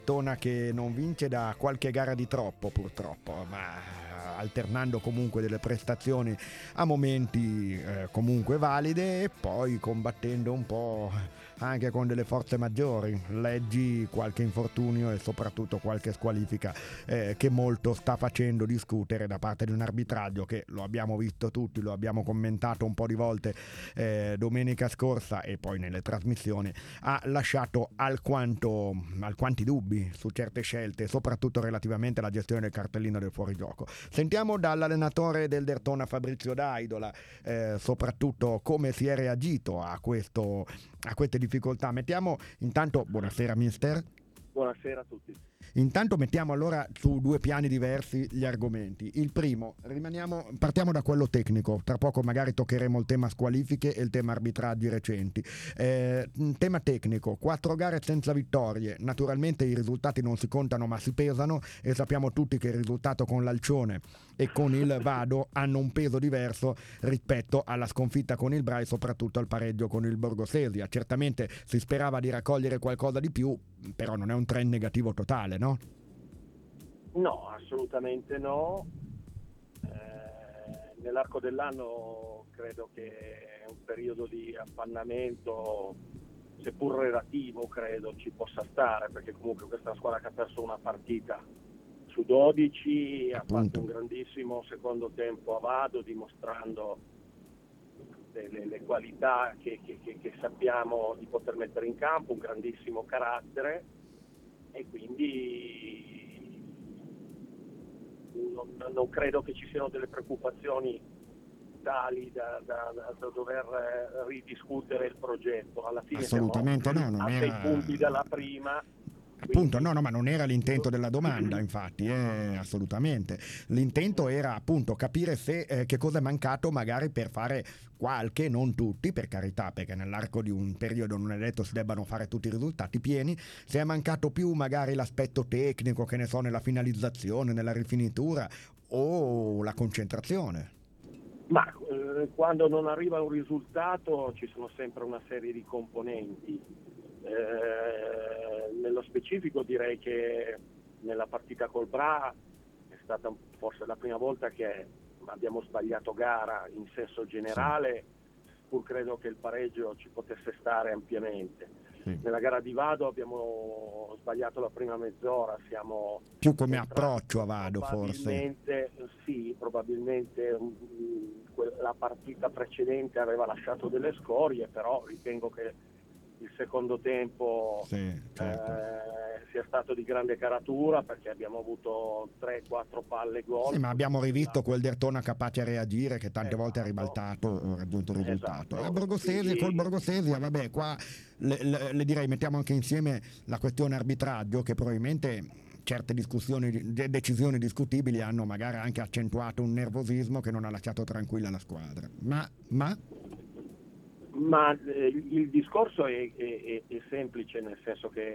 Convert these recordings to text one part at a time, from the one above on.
Tona che non vince da qualche gara di troppo purtroppo, ma alternando comunque delle prestazioni a momenti comunque valide e poi combattendo un po' anche con delle forze maggiori, leggi qualche infortunio e soprattutto qualche squalifica che molto sta facendo discutere da parte di un arbitraggio che lo abbiamo visto tutti, lo abbiamo commentato un po' di volte domenica scorsa e poi nelle trasmissioni, ha lasciato alquanti dubbi su certe scelte, soprattutto relativamente alla gestione del cartellino del fuorigioco. Sentiamo dall'allenatore del Derthona Fabrizio Daidola soprattutto come si è reagito a queste difficoltà. Mettiamo intanto, buonasera mister. Buonasera a tutti. Intanto mettiamo allora su due piani diversi gli argomenti. Il primo, partiamo da quello tecnico, tra poco magari toccheremo il tema squalifiche e il tema arbitraggi recenti. Tema tecnico, 4 gare senza vittorie, naturalmente i risultati non si contano ma si pesano e sappiamo tutti che il risultato con l'Alcione e con il Vado hanno un peso diverso rispetto alla sconfitta con il Bra e soprattutto al pareggio con il Borgosesia. Certamente si sperava di raccogliere qualcosa di più, però non è un trend negativo totale, no? No, assolutamente no. Nell'arco dell'anno credo che un periodo di appannamento, seppur relativo, credo ci possa stare, perché comunque questa squadra che ha perso una partita su 12 ha fatto un grandissimo secondo tempo a Vado, dimostrando le qualità che sappiamo di poter mettere in campo, un grandissimo carattere, e quindi non credo che ci siano delle preoccupazioni tali da dover ridiscutere il progetto. Alla fine assolutamente siamo no, non a 6 punti dalla prima. Appunto, no, ma non era l'intento della domanda, infatti, assolutamente. L'intento era appunto capire se che cosa è mancato magari per fare qualche, non tutti, per carità, perché nell'arco di un periodo non è detto si debbano fare tutti i risultati pieni, se è mancato più magari l'aspetto tecnico, che ne so, nella finalizzazione, nella rifinitura o la concentrazione. Ma quando non arriva un risultato ci sono sempre una serie di componenti. Nello specifico direi che nella partita col Bra è stata forse la prima volta che abbiamo sbagliato gara in senso generale, pur credo che il pareggio ci potesse stare ampiamente. Nella gara di Vado abbiamo sbagliato la prima mezz'ora, siamo più come approccio a Vado probabilmente, forse. Sì, probabilmente la partita precedente aveva lasciato delle scorie, però ritengo che il secondo tempo certo. sia stato di grande caratura, perché abbiamo avuto 3-4 palle gol. Sì, ma abbiamo rivisto quel Derthona capace a reagire che tante volte ha Esatto. ribaltato, raggiunto il risultato. Esatto. Col Borgosesia, vabbè, qua le direi mettiamo anche insieme la questione arbitraggio, che probabilmente certe decisioni discutibili hanno magari anche accentuato un nervosismo che non ha lasciato tranquilla la squadra. Ma il discorso è semplice, nel senso che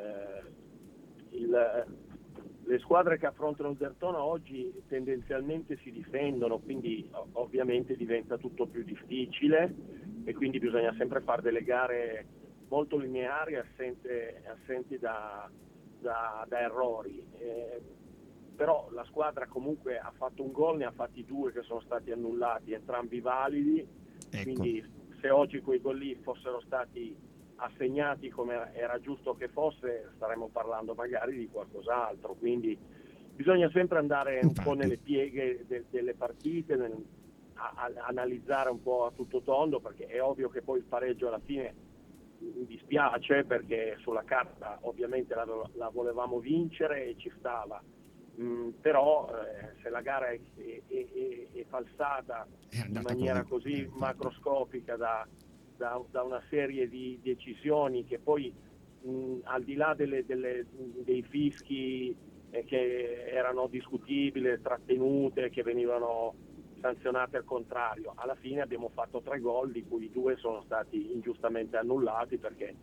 le squadre che affrontano il Derthona oggi tendenzialmente si difendono, quindi ovviamente diventa tutto più difficile e quindi bisogna sempre fare delle gare molto lineari, assenti da errori. Però la squadra comunque ha fatto un gol, ne ha fatti 2 che sono stati annullati, entrambi validi, quindi se oggi quei gol lì fossero stati assegnati come era giusto che fosse, staremmo parlando magari di qualcos'altro. Quindi bisogna sempre andare un po' nelle pieghe delle partite, analizzare un po' a tutto tondo, perché è ovvio che poi il pareggio alla fine mi dispiace, perché sulla carta ovviamente la volevamo vincere e ci stava. Però se la gara è falsata in maniera così macroscopica da una serie di decisioni che poi al di là dei fischi che erano discutibili, trattenute, che venivano sanzionate al contrario, alla fine abbiamo fatto 3 gol, di cui 2 sono stati ingiustamente annullati, perché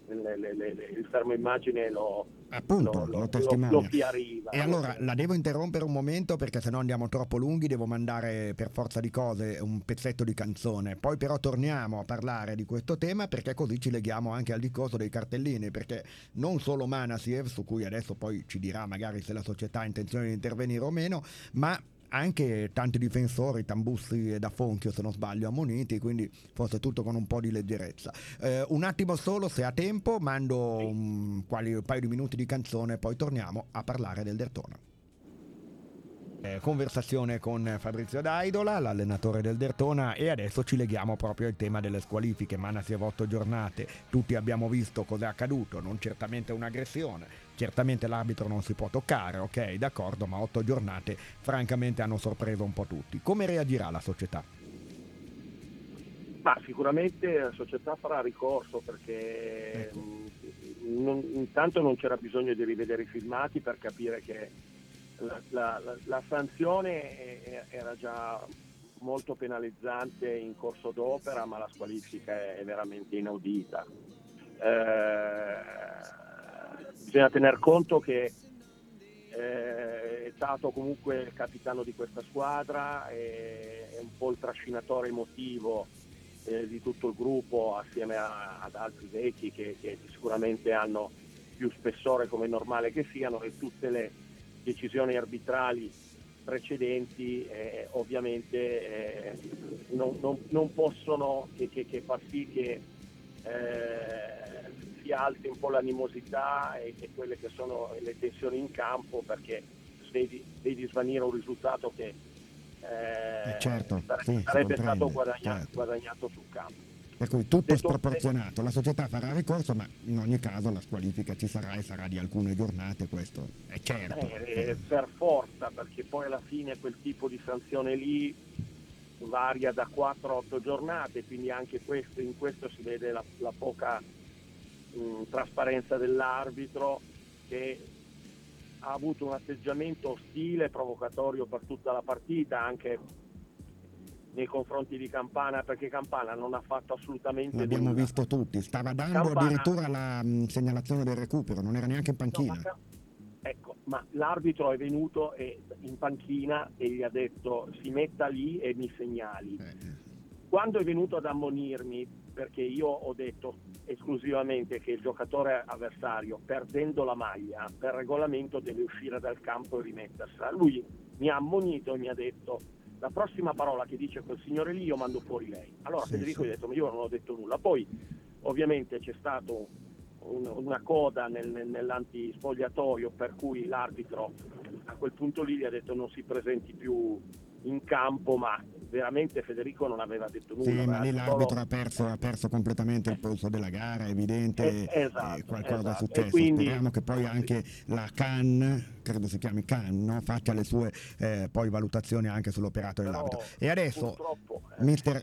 il fermo immagine Appunto, lo testimonia. lo chiariva. E allora la devo interrompere un momento perché sennò andiamo troppo lunghi, devo mandare per forza di cose un pezzetto di canzone. Poi però torniamo a parlare di questo tema perché così ci leghiamo anche al discorso dei cartellini, perché non solo Manasiev, su cui adesso poi ci dirà magari se la società ha intenzione di intervenire o meno, ma anche tanti difensori, Tambussi e Da Fonchio se non sbaglio, ammoniti, quindi forse tutto con un po' di leggerezza. Un attimo solo, se ha tempo, mando un paio di minuti di canzone, poi torniamo a parlare del Dertona. Conversazione con Fabrizio Daidola, l'allenatore del Dertona, e adesso ci leghiamo proprio al tema delle squalifiche. Manasiev 8 giornate, tutti abbiamo visto cosa è accaduto, non certamente un'aggressione, certamente l'arbitro non si può toccare, ok, d'accordo, ma 8 giornate francamente hanno sorpreso un po' tutti. Come reagirà la società? Ma sicuramente la società farà ricorso perché intanto non c'era bisogno di rivedere i filmati per capire che la sanzione era già molto penalizzante in corso d'opera, ma la squalifica è veramente inaudita. Bisogna tener conto che è stato comunque il capitano di questa squadra, è un po' il trascinatore emotivo di tutto il gruppo, assieme ad altri vecchi che sicuramente hanno più spessore, come è normale che siano, e tutte le decisioni arbitrali precedenti ovviamente non possono che far sì che si alzi un po' l'animosità e quelle che sono le tensioni in campo, perché vedi svanire un risultato che certo, sarebbe stato guadagnato sul campo. Per cui tutto sproporzionato, la società farà ricorso, ma in ogni caso la squalifica ci sarà e sarà di alcune giornate, questo è certo. Per forza, perché poi alla fine quel tipo di sanzione lì varia da 4 a 8 giornate, quindi anche in questo si vede la poca trasparenza dell'arbitro, che ha avuto un atteggiamento ostile, provocatorio per tutta la partita, anche nei confronti di Campana, perché Campana non ha fatto assolutamente l'abbiamo nulla. Visto tutti, stava dando Campana, addirittura la segnalazione del recupero, non era neanche in panchina. No, ecco, ma l'arbitro è venuto in panchina e gli ha detto: si metta lì e mi segnali. Quando è venuto ad ammonirmi, perché io ho detto esclusivamente che il giocatore avversario, perdendo la maglia, per regolamento deve uscire dal campo e rimettersela, lui mi ha ammonito e mi ha detto: la prossima parola che dice quel signore lì io mando fuori lei. Allora Federico gli ha detto: ma io non ho detto nulla. Poi ovviamente c'è stato una coda nell'antispogliatoio, per cui l'arbitro a quel punto lì gli ha detto: non si presenti più in campo, ma veramente Federico non aveva detto nulla. Sì, ma lì l'arbitro ha perso completamente il polso della gara, è evidente, qualcosa è successo. Quindi, speriamo che poi anche la CAN, credo si chiami CAN, no? Faccia le sue poi valutazioni anche sull'operato dell'arbitro. E adesso, mister,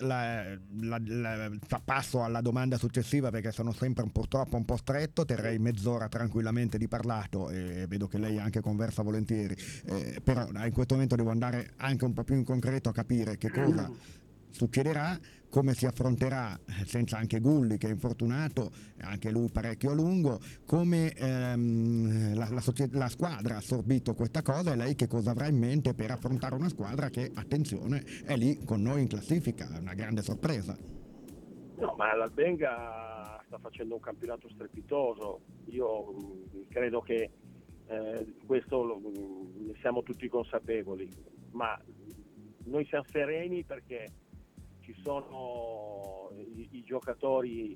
passo alla domanda successiva, perché sono sempre purtroppo un po' stretto, terrei mezz'ora tranquillamente di parlato e vedo che lei anche conversa volentieri, però in questo momento devo andare anche un po' più in concreto a capire che cosa succederà, come si affronterà senza anche Gulli che è infortunato, anche lui parecchio a lungo, come la squadra ha assorbito questa cosa, e lei che cosa avrà in mente per affrontare una squadra che, attenzione, è lì con noi in classifica, è una grande sorpresa. No, ma l'Albenga sta facendo un campionato strepitoso. Io credo che questo ne siamo tutti consapevoli, ma noi siamo sereni perché ci sono i giocatori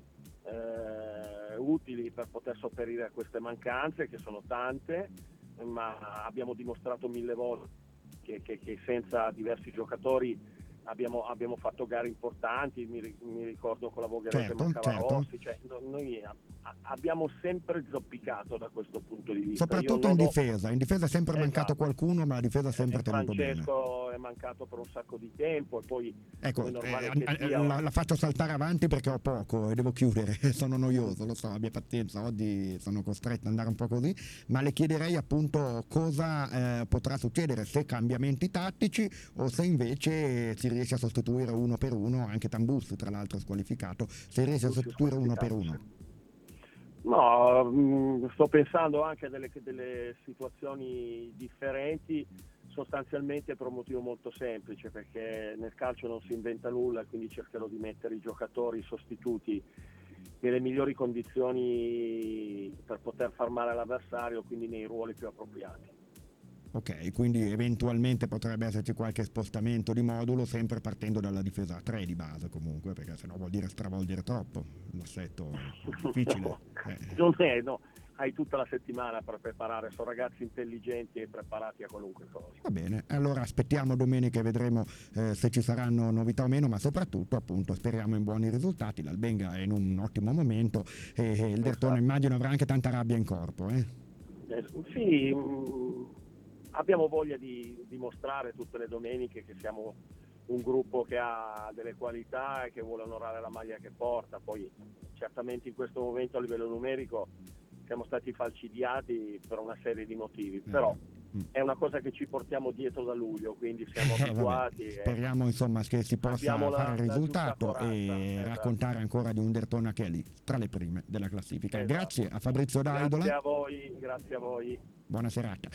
utili per poter sopperire a queste mancanze, che sono tante, ma abbiamo dimostrato 1000 volte che senza diversi giocatori abbiamo fatto gare importanti. Mi ricordo con la Vogherese mancava Rossi, cioè, noi abbiamo sempre zoppicato da questo punto di vista. Soprattutto in difesa è sempre mancato qualcuno, ma la difesa ha sempre tenuto bene. Francesco è mancato per un sacco di tempo e poi ecco, la faccio saltare avanti perché ho poco e devo chiudere, sono noioso, lo so, abbia pazienza, oggi sono costretto ad andare un po' così, ma le chiederei appunto cosa potrà succedere, se cambiamenti tattici o se invece si riesce a sostituire uno per uno, anche Tambussi tra l'altro squalificato, se riesce a sostituire uno per uno. No, sto pensando anche a delle situazioni differenti, sostanzialmente per un motivo molto semplice, perché nel calcio non si inventa nulla, quindi cercherò di mettere i giocatori, i sostituti nelle migliori condizioni per poter far male all'avversario, quindi nei ruoli più appropriati. Ok, quindi eventualmente potrebbe esserci qualche spostamento di modulo, sempre partendo dalla difesa a 3 di base comunque, perché sennò vuol dire stravolgere troppo l'assetto, difficile. No, non è, no. Hai tutta la settimana per preparare, sono ragazzi intelligenti e preparati a qualunque cosa. Va bene, allora aspettiamo domenica e vedremo se ci saranno novità o meno, ma soprattutto appunto speriamo in buoni risultati. L'Albenga è in un ottimo momento e il Dertone Infatti. immagino avrà anche tanta rabbia in corpo. Sì, abbiamo voglia di dimostrare tutte le domeniche che siamo un gruppo che ha delle qualità e che vuole onorare la maglia che porta. Poi certamente in questo momento a livello numerico siamo stati falcidiati per una serie di motivi, però è una cosa che ci portiamo dietro da luglio, quindi siamo abituati. Speriamo insomma che si possa fare il la giusta risultato corazza, e esatto. raccontare ancora di un Dertona che è lì, tra le prime della classifica. Esatto. Grazie a Fabrizio Daidola. Grazie a voi, grazie a voi. Buona serata.